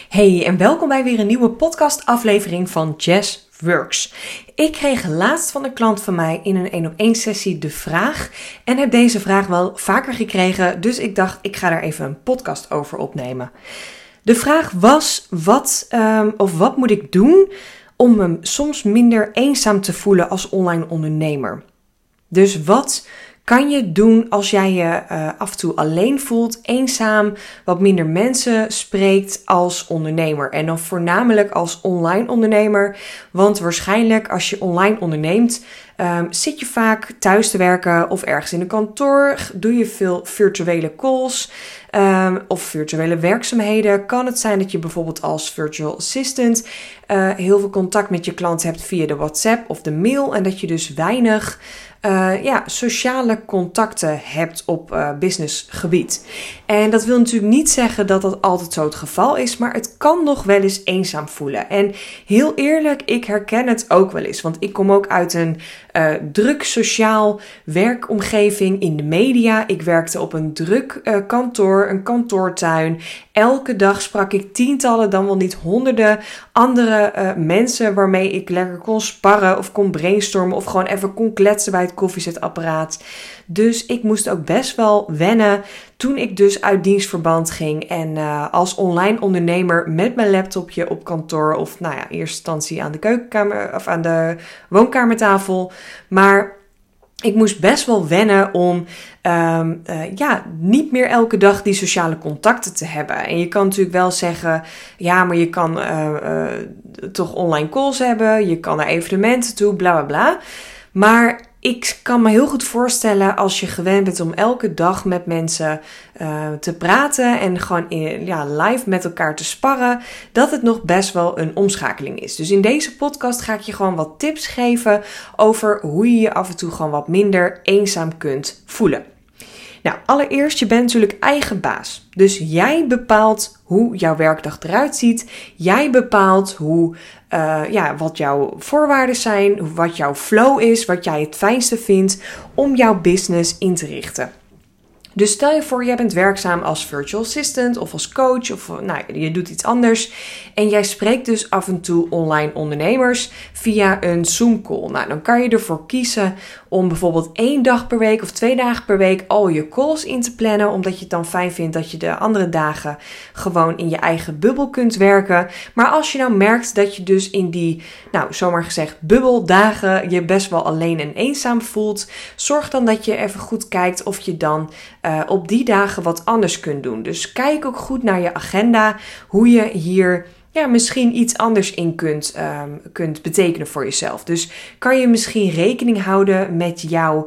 Hey en welkom bij weer een nieuwe podcastaflevering van Jazz Works. Ik kreeg laatst van een klant van mij in een 1-op-1 sessie de vraag en heb deze vraag wel vaker gekregen, dus ik dacht ik ga daar even een podcast over opnemen. De vraag was, wat moet ik doen om me soms minder eenzaam te voelen als online ondernemer? Dus wat kan je doen als jij je af en toe alleen voelt, eenzaam, wat minder mensen spreekt als ondernemer? En dan voornamelijk als online ondernemer, want waarschijnlijk als je online onderneemt, zit je vaak thuis te werken of ergens in een kantoor, doe je veel virtuele calls of virtuele werkzaamheden. Kan het zijn dat je bijvoorbeeld als virtual assistant heel veel contact met je klant hebt via de WhatsApp of de mail en dat je dus weinig sociale contacten hebt op businessgebied. En dat wil natuurlijk niet zeggen dat dat altijd zo het geval is, maar het kan nog wel eens eenzaam voelen. En heel eerlijk, ik herken het ook wel eens, want ik kom ook uit een druk sociaal werkomgeving in de media. Ik werkte op een druk kantoor, een kantoortuin. Elke dag sprak ik tientallen, dan wel niet honderden andere mensen waarmee ik lekker kon sparren of kon brainstormen of gewoon even kon kletsen bij het koffiezetapparaat. Dus ik moest ook best wel wennen toen ik dus uit dienstverband ging en als online ondernemer met mijn laptopje op kantoor of in eerste instantie aan de keukenkamer of aan de woonkamertafel. Maar ik moest best wel wennen om niet meer elke dag die sociale contacten te hebben. En je kan natuurlijk wel zeggen, ja, maar je kan toch online calls hebben, je kan naar evenementen toe, bla bla bla. Maar ik kan me heel goed voorstellen als je gewend bent om elke dag met mensen te praten en gewoon live met elkaar te sparren, dat het nog best wel een omschakeling is. Dus in deze podcast ga ik je gewoon wat tips geven over hoe je je af en toe gewoon wat minder eenzaam kunt voelen. Nou, allereerst, je bent natuurlijk eigen baas. Dus jij bepaalt hoe jouw werkdag eruit ziet. Jij bepaalt wat jouw voorwaarden zijn, wat jouw flow is, wat jij het fijnste vindt om jouw business in te richten. Dus stel je voor, jij bent werkzaam als virtual assistant of als coach of je doet iets anders. En jij spreekt dus af en toe online ondernemers via een Zoom call. Nou, dan kan je ervoor kiezen om bijvoorbeeld 1 dag per week of 2 dagen per week al je calls in te plannen. Omdat je het dan fijn vindt dat je de andere dagen gewoon in je eigen bubbel kunt werken. Maar als je nou merkt dat je dus in die, zomaar gezegd, bubbeldagen je best wel alleen en eenzaam voelt. Zorg dan dat je even goed kijkt of je dan op die dagen wat anders kunt doen. Dus kijk ook goed naar je agenda, hoe je hier misschien iets anders in kunt betekenen voor jezelf. Dus kan je misschien rekening houden met jouw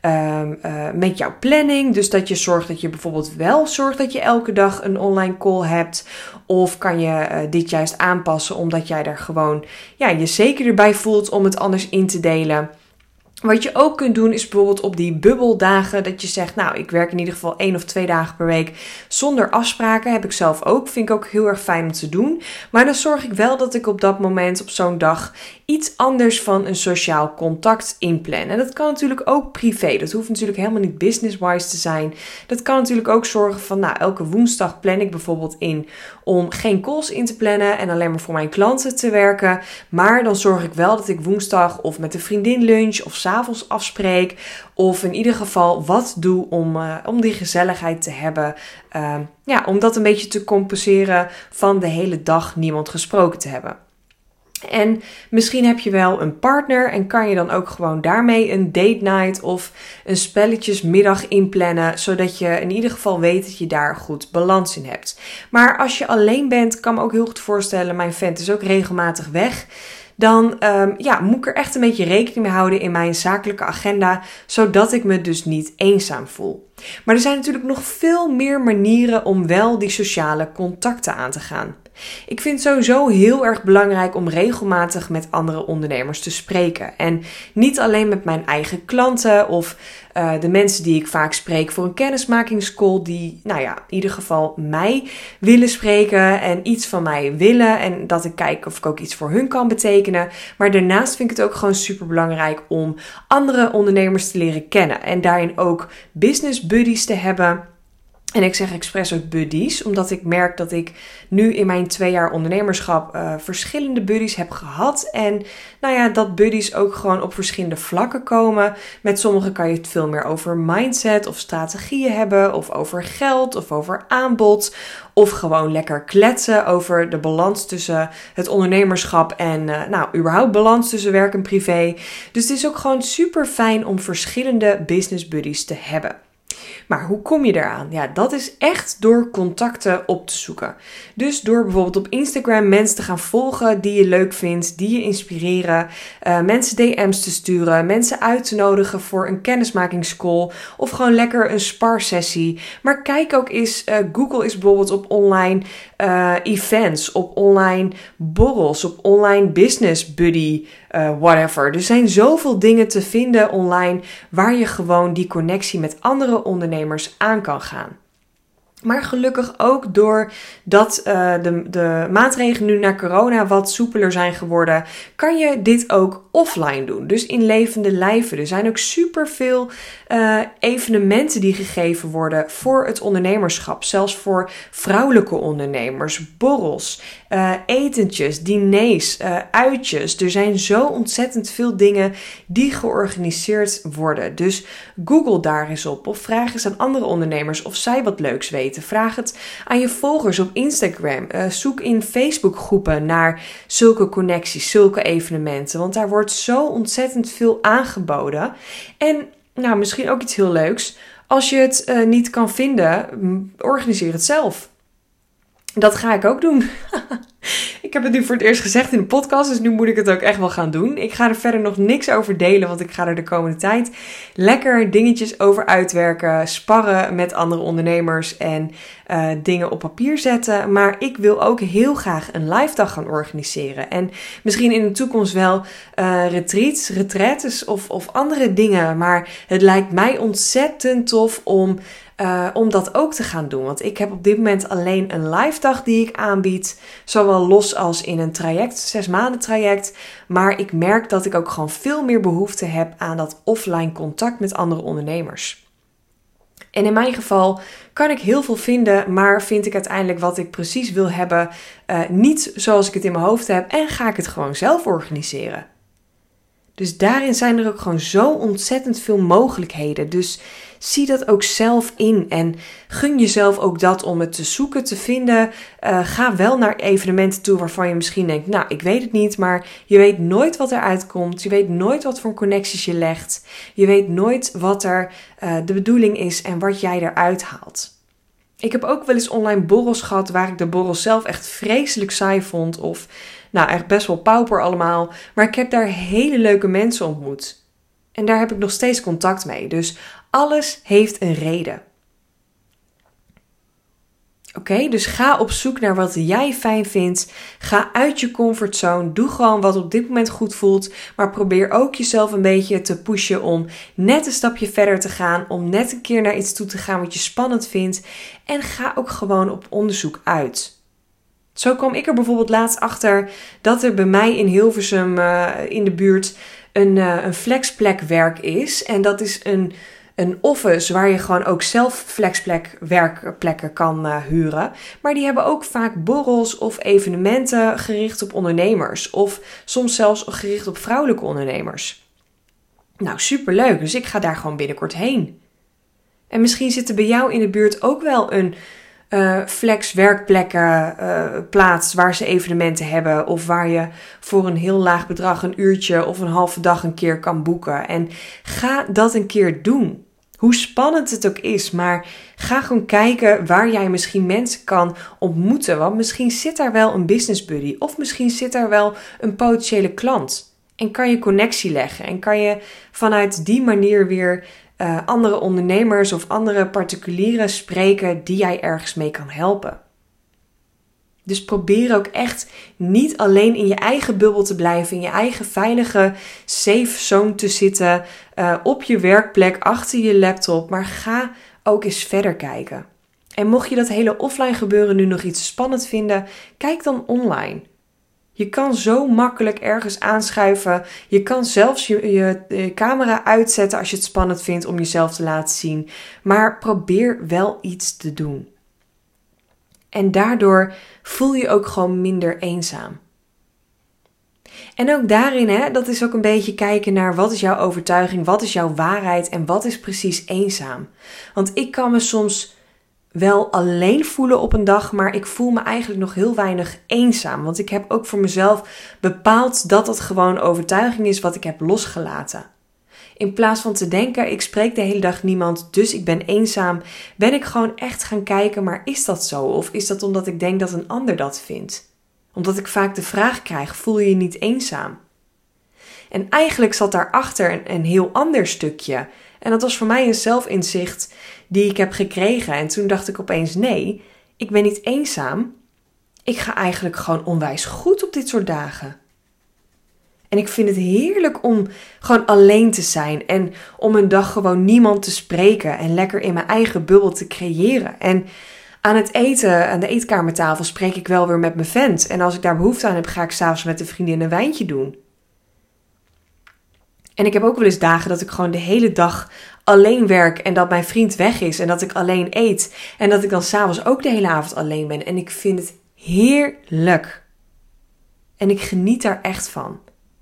planning. Dus dat je zorgt dat je bijvoorbeeld wel zorgt dat je elke dag een online call hebt. Of kan je dit juist aanpassen omdat jij daar gewoon je zeker erbij voelt om het anders in te delen. Wat je ook kunt doen is bijvoorbeeld op die bubbeldagen dat je zegt, ik werk in ieder geval 1 of 2 dagen per week zonder afspraken. Heb ik zelf ook, vind ik ook heel erg fijn om te doen. Maar dan zorg ik wel dat ik op dat moment, op zo'n dag, iets anders van een sociaal contact inplan. En dat kan natuurlijk ook privé. Dat hoeft natuurlijk helemaal niet business-wise te zijn. Dat kan natuurlijk ook zorgen van, elke woensdag plan ik bijvoorbeeld in om geen calls in te plannen en alleen maar voor mijn klanten te werken. Maar dan zorg ik wel dat ik woensdag of met een vriendin lunch of 's avonds afspreek. Of in ieder geval wat doe om die gezelligheid te hebben. Om dat een beetje te compenseren van de hele dag niemand gesproken te hebben. En misschien heb je wel een partner en kan je dan ook gewoon daarmee een date night of een spelletjesmiddag inplannen, zodat je in ieder geval weet dat je daar goed balans in hebt. Maar als je alleen bent, kan me ook heel goed voorstellen, mijn vent is ook regelmatig weg. Dan moet ik er echt een beetje rekening mee houden in mijn zakelijke agenda, zodat ik me dus niet eenzaam voel. Maar er zijn natuurlijk nog veel meer manieren om wel die sociale contacten aan te gaan. Ik vind het sowieso heel erg belangrijk om regelmatig met andere ondernemers te spreken. En niet alleen met mijn eigen klanten of de mensen die ik vaak spreek voor een kennismakingscall die, in ieder geval mij willen spreken en iets van mij willen en dat ik kijk of ik ook iets voor hun kan betekenen. Maar daarnaast vind ik het ook gewoon super belangrijk om andere ondernemers te leren kennen en daarin ook business buddies te hebben. En ik zeg expres ook buddies, omdat ik merk dat ik nu in mijn 2 jaar ondernemerschap verschillende buddies heb gehad. En dat buddies ook gewoon op verschillende vlakken komen. Met sommigen kan je het veel meer over mindset of strategieën hebben, of over geld of over aanbod. Of gewoon lekker kletsen over de balans tussen het ondernemerschap en überhaupt balans tussen werk en privé. Dus het is ook gewoon super fijn om verschillende business buddies te hebben. Maar hoe kom je eraan? Ja, dat is echt door contacten op te zoeken. Dus door bijvoorbeeld op Instagram mensen te gaan volgen die je leuk vindt, die je inspireren, mensen DM's te sturen, mensen uit te nodigen voor een kennismakingscall of gewoon lekker een sparsessie. Maar kijk ook eens, Google is bijvoorbeeld op online events, op online borrels, op online business buddy, whatever. Er zijn zoveel dingen te vinden online waar je gewoon die connectie met andere ondernemers aan kan gaan. Maar gelukkig ook doordat de maatregelen nu na corona wat soepeler zijn geworden, kan je dit ook offline doen. Dus in levende lijven. Er zijn ook superveel evenementen die gegeven worden voor het ondernemerschap. Zelfs voor vrouwelijke ondernemers. Borrels, etentjes, diners, uitjes. Er zijn zo ontzettend veel dingen die georganiseerd worden. Dus Google daar eens op. Of vraag eens aan andere ondernemers of zij wat leuks weten. Vraag het aan je volgers op Instagram. Zoek in Facebookgroepen naar zulke connecties, zulke evenementen. Want daar wordt zo ontzettend veel aangeboden. En misschien ook iets heel leuks. Als je het niet kan vinden, organiseer het zelf. Dat ga ik ook doen. Ik heb het nu voor het eerst gezegd in de podcast, dus nu moet ik het ook echt wel gaan doen. Ik ga er verder nog niks over delen, want ik ga er de komende tijd lekker dingetjes over uitwerken, sparren met andere ondernemers en dingen op papier zetten. Maar ik wil ook heel graag een live dag gaan organiseren. En misschien in de toekomst wel retreats of andere dingen. Maar het lijkt mij ontzettend tof om dat ook te gaan doen. Want ik heb op dit moment alleen een live dag die ik aanbied. Zowel los als in een traject, 6 maanden traject. Maar ik merk dat ik ook gewoon veel meer behoefte heb aan dat offline contact met andere ondernemers. En in mijn geval kan ik heel veel vinden, maar vind ik uiteindelijk wat ik precies wil hebben niet zoals ik het in mijn hoofd heb en ga ik het gewoon zelf organiseren. Dus daarin zijn er ook gewoon zo ontzettend veel mogelijkheden. Dus zie dat ook zelf in en gun jezelf ook dat om het te zoeken, te vinden. Ga wel naar evenementen toe waarvan je misschien denkt, ik weet het niet, maar je weet nooit wat eruit komt. Je weet nooit wat voor connecties je legt. Je weet nooit wat er de bedoeling is en wat jij eruit haalt. Ik heb ook wel eens online borrels gehad waar ik de borrels zelf echt vreselijk saai vond of echt best wel pauper allemaal. Maar ik heb daar hele leuke mensen ontmoet. En daar heb ik nog steeds contact mee. Dus alles heeft een reden. Oké, dus ga op zoek naar wat jij fijn vindt. Ga uit je comfortzone. Doe gewoon wat op dit moment goed voelt. Maar probeer ook jezelf een beetje te pushen om net een stapje verder te gaan. Om net een keer naar iets toe te gaan wat je spannend vindt. En ga ook gewoon op onderzoek uit. Zo kwam ik er bijvoorbeeld laatst achter dat er bij mij in Hilversum in de buurt een flexplekwerk is. En dat is een office waar je gewoon ook zelf werkplekken kan huren. Maar die hebben ook vaak borrels of evenementen gericht op ondernemers. Of soms zelfs gericht op vrouwelijke ondernemers. Superleuk. Dus ik ga daar gewoon binnenkort heen. En misschien zit er bij jou in de buurt ook wel een flex werkplekken plaats waar ze evenementen hebben of waar je voor een heel laag bedrag een uurtje of een halve dag een keer kan boeken. En ga dat een keer doen. Hoe spannend het ook is, maar ga gewoon kijken waar jij misschien mensen kan ontmoeten. Want misschien zit daar wel een business buddy of misschien zit daar wel een potentiële klant. En kan je connectie leggen en kan je vanuit die manier weer andere ondernemers of andere particulieren spreken die jij ergens mee kan helpen. Dus probeer ook echt niet alleen in je eigen bubbel te blijven, in je eigen veilige safe zone te zitten, op je werkplek, achter je laptop, maar ga ook eens verder kijken. En mocht je dat hele offline gebeuren nu nog iets spannend vinden, kijk dan online. Je kan zo makkelijk ergens aanschuiven. Je kan zelfs je camera uitzetten als je het spannend vindt om jezelf te laten zien. Maar probeer wel iets te doen. En daardoor voel je ook gewoon minder eenzaam. En ook daarin, dat is ook een beetje kijken naar wat is jouw overtuiging, wat is jouw waarheid en wat is precies eenzaam. Want ik kan me soms wel alleen voelen op een dag, maar ik voel me eigenlijk nog heel weinig eenzaam. Want ik heb ook voor mezelf bepaald dat het gewoon overtuiging is wat ik heb losgelaten. In plaats van te denken, ik spreek de hele dag niemand, dus ik ben eenzaam, ben ik gewoon echt gaan kijken, maar is dat zo? Of is dat omdat ik denk dat een ander dat vindt? Omdat ik vaak de vraag krijg, voel je je niet eenzaam? En eigenlijk zat daarachter een heel ander stukje. En dat was voor mij een zelfinzicht die ik heb gekregen. En toen dacht ik opeens, nee, ik ben niet eenzaam. Ik ga eigenlijk gewoon onwijs goed op dit soort dagen. En ik vind het heerlijk om gewoon alleen te zijn. En om een dag gewoon niemand te spreken. En lekker in mijn eigen bubbel te creëren. En aan het eten, aan de eetkamertafel, spreek ik wel weer met mijn vent. En als ik daar behoefte aan heb, ga ik 's avonds met een vriendin een wijntje doen. En ik heb ook wel eens dagen dat ik gewoon de hele dag alleen werk en dat mijn vriend weg is en dat ik alleen eet. En dat ik dan 's avonds ook de hele avond alleen ben. En ik vind het heerlijk. En ik geniet daar echt van.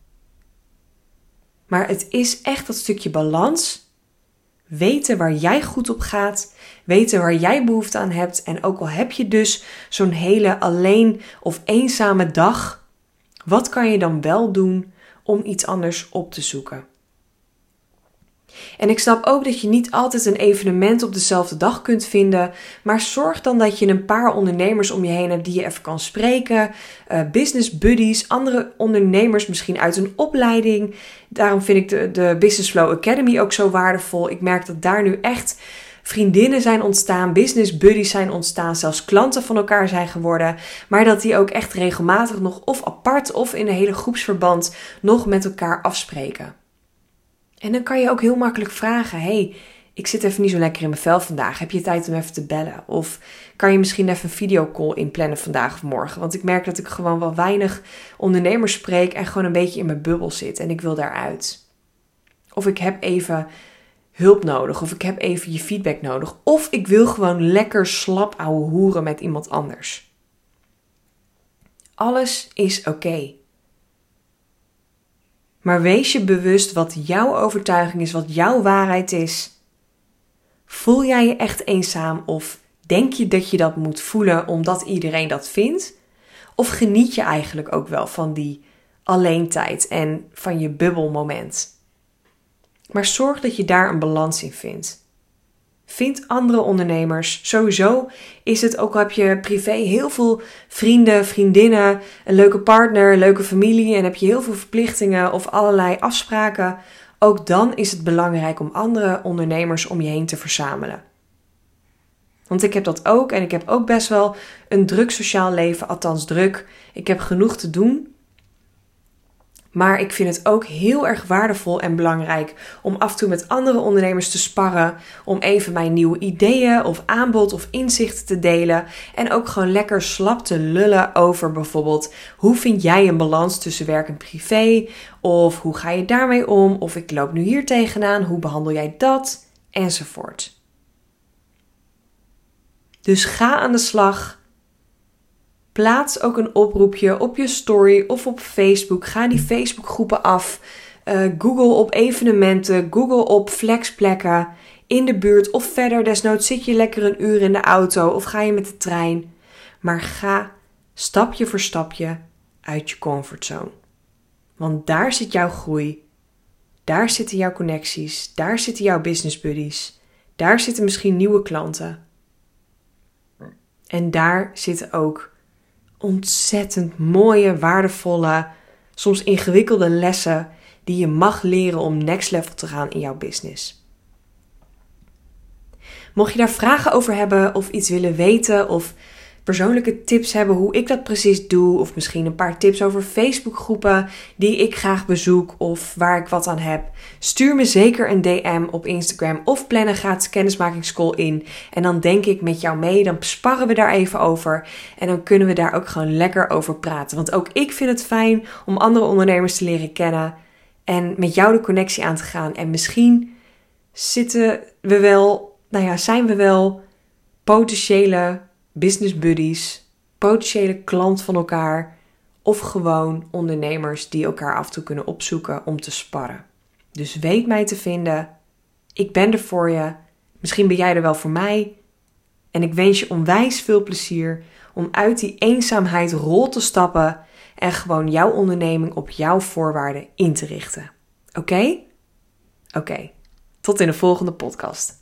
Maar het is echt dat stukje balans. Weten waar jij goed op gaat. Weten waar jij behoefte aan hebt. En ook al heb je dus zo'n hele alleen of eenzame dag. Wat kan je dan wel doen om iets anders op te zoeken? En ik snap ook dat je niet altijd een evenement op dezelfde dag kunt vinden. Maar zorg dan dat je een paar ondernemers om je heen hebt die je even kan spreken. Business buddies, andere ondernemers misschien uit een opleiding. Daarom vind ik de Business Flow Academy ook zo waardevol. Ik merk dat daar nu echt vriendinnen zijn ontstaan, business buddies zijn ontstaan, zelfs klanten van elkaar zijn geworden. Maar dat die ook echt regelmatig nog of apart of in een hele groepsverband nog met elkaar afspreken. En dan kan je ook heel makkelijk vragen, hey, ik zit even niet zo lekker in mijn vel vandaag. Heb je tijd om even te bellen? Of kan je misschien even een videocall inplannen vandaag of morgen? Want ik merk dat ik gewoon wel weinig ondernemers spreek en gewoon een beetje in mijn bubbel zit. En ik wil daaruit. Of ik heb even hulp nodig. Of ik heb even je feedback nodig. Of ik wil gewoon lekker slap ouwe hoeren met iemand anders. Alles is oké. Maar wees je bewust wat jouw overtuiging is, wat jouw waarheid is. Voel jij je echt eenzaam of denk je dat je dat moet voelen omdat iedereen dat vindt? Of geniet je eigenlijk ook wel van die alleentijd en van je bubbelmoment? Maar zorg dat je daar een balans in vindt. Vind andere ondernemers. Sowieso is het, ook al heb je privé heel veel vrienden, vriendinnen, een leuke partner, een leuke familie en heb je heel veel verplichtingen of allerlei afspraken. Ook dan is het belangrijk om andere ondernemers om je heen te verzamelen. Want ik heb dat ook en ik heb ook best wel een druk sociaal leven, althans druk. Ik heb genoeg te doen. Maar ik vind het ook heel erg waardevol en belangrijk om af en toe met andere ondernemers te sparren. Om even mijn nieuwe ideeën of aanbod of inzichten te delen. En ook gewoon lekker slap te lullen over bijvoorbeeld hoe vind jij een balans tussen werk en privé? Of hoe ga je daarmee om? Of ik loop nu hier tegenaan, hoe behandel jij dat? Enzovoort. Dus ga aan de slag. Plaats ook een oproepje op je story of op Facebook. Ga die Facebookgroepen af. Google op evenementen. Google op flexplekken in de buurt of verder. Desnoods zit je lekker een uur in de auto of ga je met de trein. Maar ga stapje voor stapje uit je comfortzone. Want daar zit jouw groei. Daar zitten jouw connecties. Daar zitten jouw business buddies. Daar zitten misschien nieuwe klanten. En daar zitten ook ontzettend mooie, waardevolle, soms ingewikkelde lessen die je mag leren om next level te gaan in jouw business. Mocht je daar vragen over hebben of iets willen weten of persoonlijke tips hebben hoe ik dat precies doe, of misschien een paar tips over Facebookgroepen die ik graag bezoek of waar ik wat aan heb, stuur me zeker een DM op Instagram of plan een gratis kennismakingscall in. En dan denk ik met jou mee, dan sparren we daar even over en dan kunnen we daar ook gewoon lekker over praten. Want ook ik vind het fijn om andere ondernemers te leren kennen en met jou de connectie aan te gaan. En misschien zijn we wel potentiële business buddies, potentiële klant van elkaar of gewoon ondernemers die elkaar af en toe kunnen opzoeken om te sparren. Dus weet mij te vinden. Ik ben er voor je. Misschien ben jij er wel voor mij. En ik wens je onwijs veel plezier om uit die eenzaamheid rol te stappen en gewoon jouw onderneming op jouw voorwaarden in te richten. Oké? Oké. Tot in de volgende podcast.